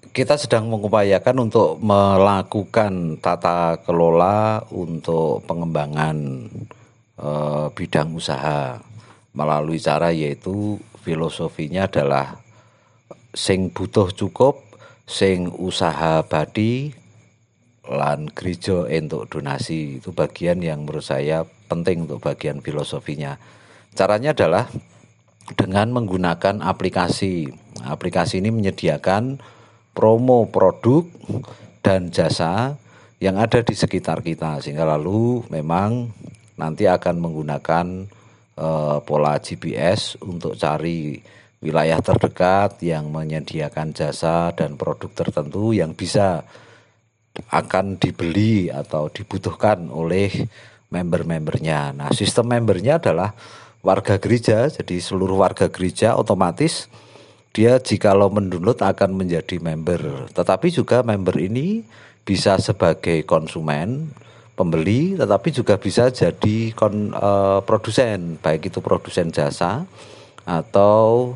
kita sedang mengupayakan untuk melakukan tata kelola untuk pengembangan bidang usaha melalui cara yaitu filosofinya adalah sing butuh cukup, sing usaha badi lan gereja entuk donasi. Itu bagian yang menurut saya penting untuk bagian filosofinya. Caranya adalah dengan menggunakan aplikasi. Aplikasi ini menyediakan promo produk dan jasa yang ada di sekitar kita, sehingga lalu memang nanti akan menggunakan pola GPS untuk cari wilayah terdekat yang menyediakan jasa dan produk tertentu yang bisa akan dibeli atau dibutuhkan oleh member-membernya. Nah, sistem membernya adalah warga gereja, jadi seluruh warga gereja otomatis dia jikalau mendownload akan menjadi member. Tetapi juga member ini bisa sebagai konsumen, pembeli, tetapi juga bisa jadi produsen, baik itu produsen jasa atau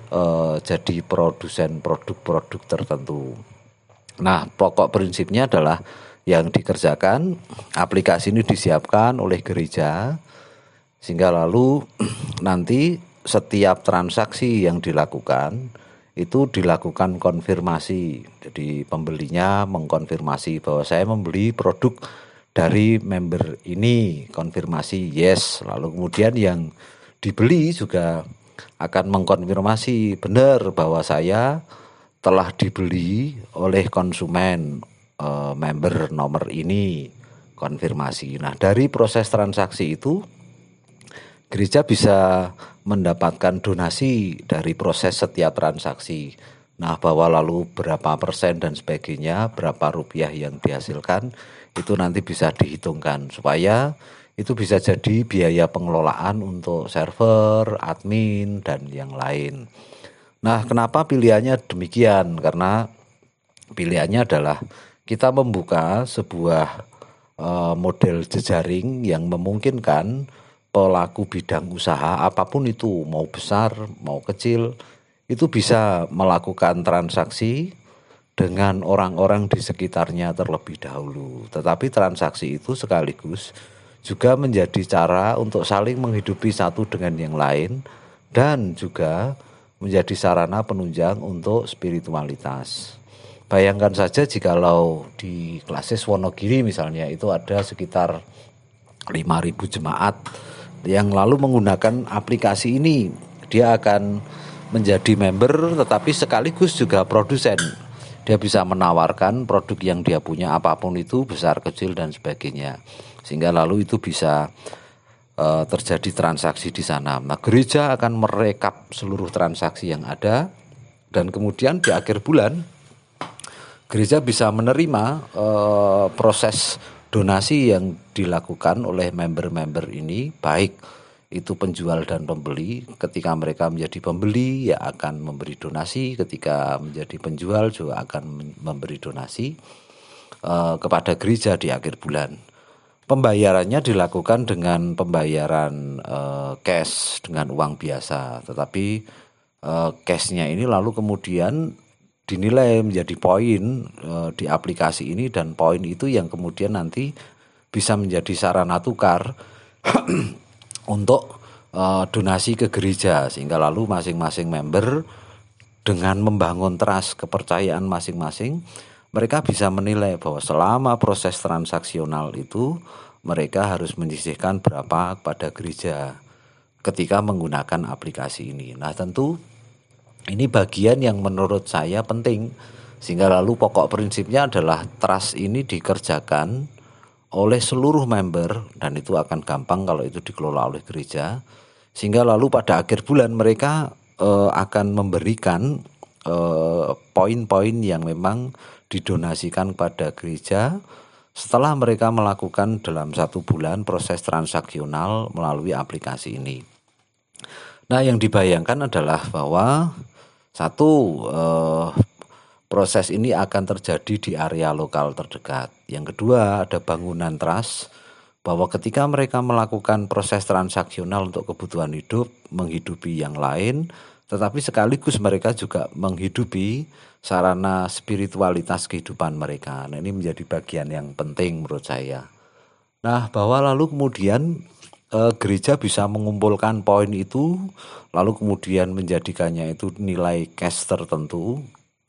jadi produsen produk-produk tertentu. Nah, pokok prinsipnya adalah yang dikerjakan, aplikasi ini disiapkan oleh gereja, sehingga lalu nanti setiap transaksi yang dilakukan, itu dilakukan konfirmasi. Jadi pembelinya mengkonfirmasi bahwa saya membeli produk dari member ini, konfirmasi yes. Lalu kemudian yang dibeli juga akan mengkonfirmasi benar bahwa saya telah dibeli oleh konsumen member nomor ini, konfirmasi. Nah, dari proses transaksi itu gereja bisa mendapatkan donasi dari proses setiap transaksi. Nah, bahwa lalu berapa persen dan sebagainya, berapa rupiah yang dihasilkan, itu nanti bisa dihitungkan supaya itu bisa jadi biaya pengelolaan untuk server, admin, dan yang lain. Nah, kenapa pilihannya demikian? Karena pilihannya adalah kita membuka sebuah model jejaring yang memungkinkan pelaku bidang usaha apapun itu, mau besar, mau kecil, itu bisa melakukan transaksi dengan orang-orang di sekitarnya terlebih dahulu. Tetapi transaksi itu sekaligus juga menjadi cara untuk saling menghidupi satu dengan yang lain dan juga menjadi sarana penunjang untuk spiritualitas. Bayangkan saja jikalau di Klasis Wonogiri misalnya itu ada sekitar 5.000 jemaat yang lalu menggunakan aplikasi ini. Dia akan menjadi member tetapi sekaligus juga produsen. Dia bisa menawarkan produk yang dia punya apapun itu, besar, kecil, dan sebagainya. Sehingga lalu itu bisa terjadi transaksi di sana. Nah, gereja akan merekap seluruh transaksi yang ada dan kemudian di akhir bulan gereja bisa menerima proses donasi yang dilakukan oleh member-member ini, baik itu penjual dan pembeli. Ketika mereka menjadi pembeli ya akan memberi donasi, ketika menjadi penjual juga akan memberi donasi kepada gereja di akhir bulan. Pembayarannya dilakukan dengan pembayaran cash dengan uang biasa, tetapi cashnya ini lalu kemudian dinilai menjadi poin di aplikasi ini dan poin itu yang kemudian nanti bisa menjadi sarana tukar untuk donasi ke gereja, sehingga lalu masing-masing member dengan membangun trust kepercayaan masing-masing, mereka bisa menilai bahwa selama proses transaksional itu mereka harus menyisihkan berapa pada gereja ketika menggunakan aplikasi ini. Nah, tentu ini bagian yang menurut saya penting, sehingga lalu pokok prinsipnya adalah trust ini dikerjakan oleh seluruh member dan itu akan gampang kalau itu dikelola oleh gereja, sehingga lalu pada akhir bulan mereka akan memberikan poin-poin yang memang didonasikan pada gereja setelah mereka melakukan dalam 1 bulan proses transaksional melalui aplikasi ini. Nah, yang dibayangkan adalah bahwa satu, proses ini akan terjadi di area lokal terdekat. Yang kedua, ada bangunan trust bahwa ketika mereka melakukan proses transaksional untuk kebutuhan hidup, menghidupi yang lain, tetapi sekaligus mereka juga menghidupi sarana spiritualitas kehidupan mereka. Nah, ini menjadi bagian yang penting menurut saya. Nah, bahwa lalu kemudian gereja bisa mengumpulkan poin itu, lalu kemudian menjadikannya itu nilai cash tertentu,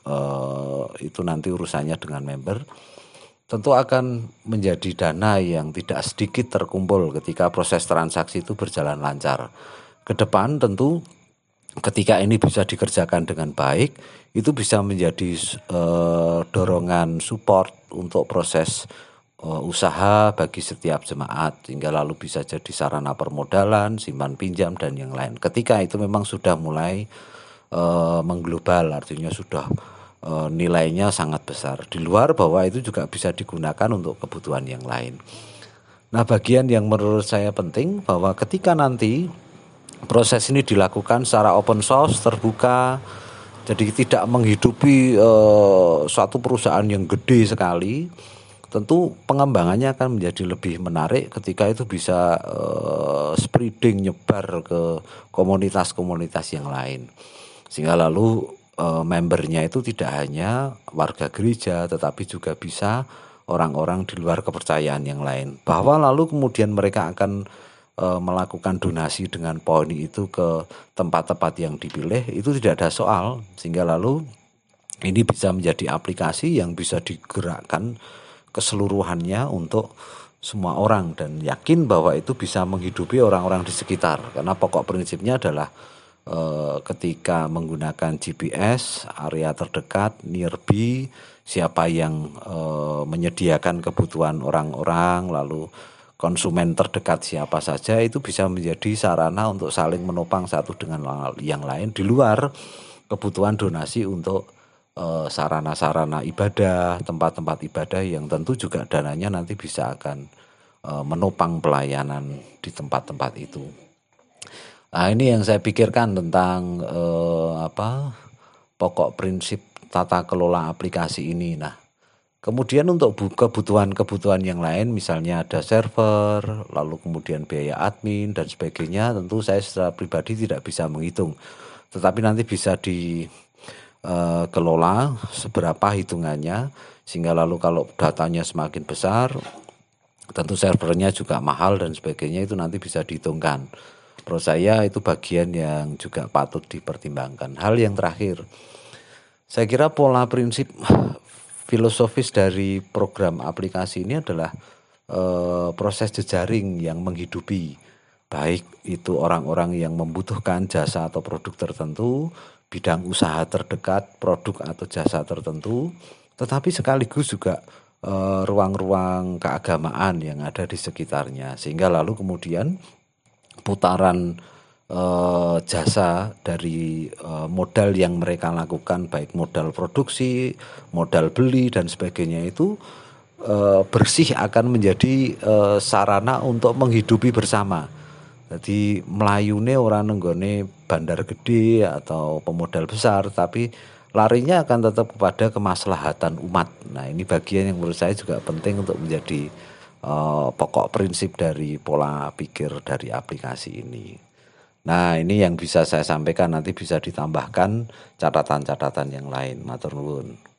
itu nanti urusannya dengan member. Tentu akan menjadi dana yang tidak sedikit terkumpul ketika proses transaksi itu berjalan lancar. Ke depan tentu ketika ini bisa dikerjakan dengan baik, itu bisa menjadi dorongan support untuk proses usaha bagi setiap jemaat, sehingga lalu bisa jadi sarana permodalan, simpan pinjam dan yang lain. Ketika itu memang sudah mulai mengglobal, artinya sudah nilainya sangat besar. Di luar bahwa itu juga bisa digunakan untuk kebutuhan yang lain. Nah, bagian yang menurut saya penting bahwa ketika nanti proses ini dilakukan secara open source, terbuka, jadi tidak menghidupi suatu perusahaan yang gede sekali, tentu pengembangannya akan menjadi lebih menarik ketika itu bisa spreading, nyebar ke komunitas-komunitas yang lain. Sehingga lalu membernya itu tidak hanya warga gereja, tetapi juga bisa orang-orang di luar kepercayaan yang lain. Bahwa lalu kemudian mereka akan melakukan donasi dengan poin itu ke tempat-tempat yang dipilih, itu tidak ada soal. Sehingga lalu ini bisa menjadi aplikasi yang bisa digerakkan keseluruhannya untuk semua orang, dan yakin bahwa itu bisa menghidupi orang-orang di sekitar. Karena pokok prinsipnya adalah ketika menggunakan GPS, area terdekat, nearby, siapa yang menyediakan kebutuhan orang-orang, lalu konsumen terdekat siapa saja, itu bisa menjadi sarana untuk saling menopang satu dengan yang lain di luar kebutuhan donasi untuk sarana-sarana ibadah, tempat-tempat ibadah yang tentu juga dananya nanti bisa akan menopang pelayanan di tempat-tempat itu. Nah, ini yang saya pikirkan tentang pokok prinsip tata kelola aplikasi ini. Nah, kemudian untuk kebutuhan-kebutuhan yang lain, misalnya ada server, lalu kemudian biaya admin dan sebagainya, tentu saya secara pribadi tidak bisa menghitung. Tetapi nanti bisa dikelola seberapa hitungannya, sehingga lalu kalau datanya semakin besar, tentu servernya juga mahal dan sebagainya, itu nanti bisa dihitungkan. Menurut saya itu bagian yang juga patut dipertimbangkan. Hal yang terakhir, saya kira pola prinsip filosofis dari program aplikasi ini adalah proses jejaring yang menghidupi, baik itu orang-orang yang membutuhkan jasa atau produk tertentu, bidang usaha terdekat, produk atau jasa tertentu, tetapi sekaligus juga ruang-ruang keagamaan yang ada di sekitarnya, sehingga lalu kemudian putaran jasa dari modal yang mereka lakukan, baik modal produksi, modal beli dan sebagainya, itu bersih akan menjadi sarana untuk menghidupi bersama. Jadi melayune orang nenggone bandar gede atau pemodal besar, tapi larinya akan tetap kepada kemaslahatan umat. Nah, ini bagian yang menurut saya juga penting untuk menjadi pokok prinsip dari pola pikir dari aplikasi ini. Nah, ini yang bisa saya sampaikan, nanti bisa ditambahkan catatan-catatan yang lain. Matur nuwun.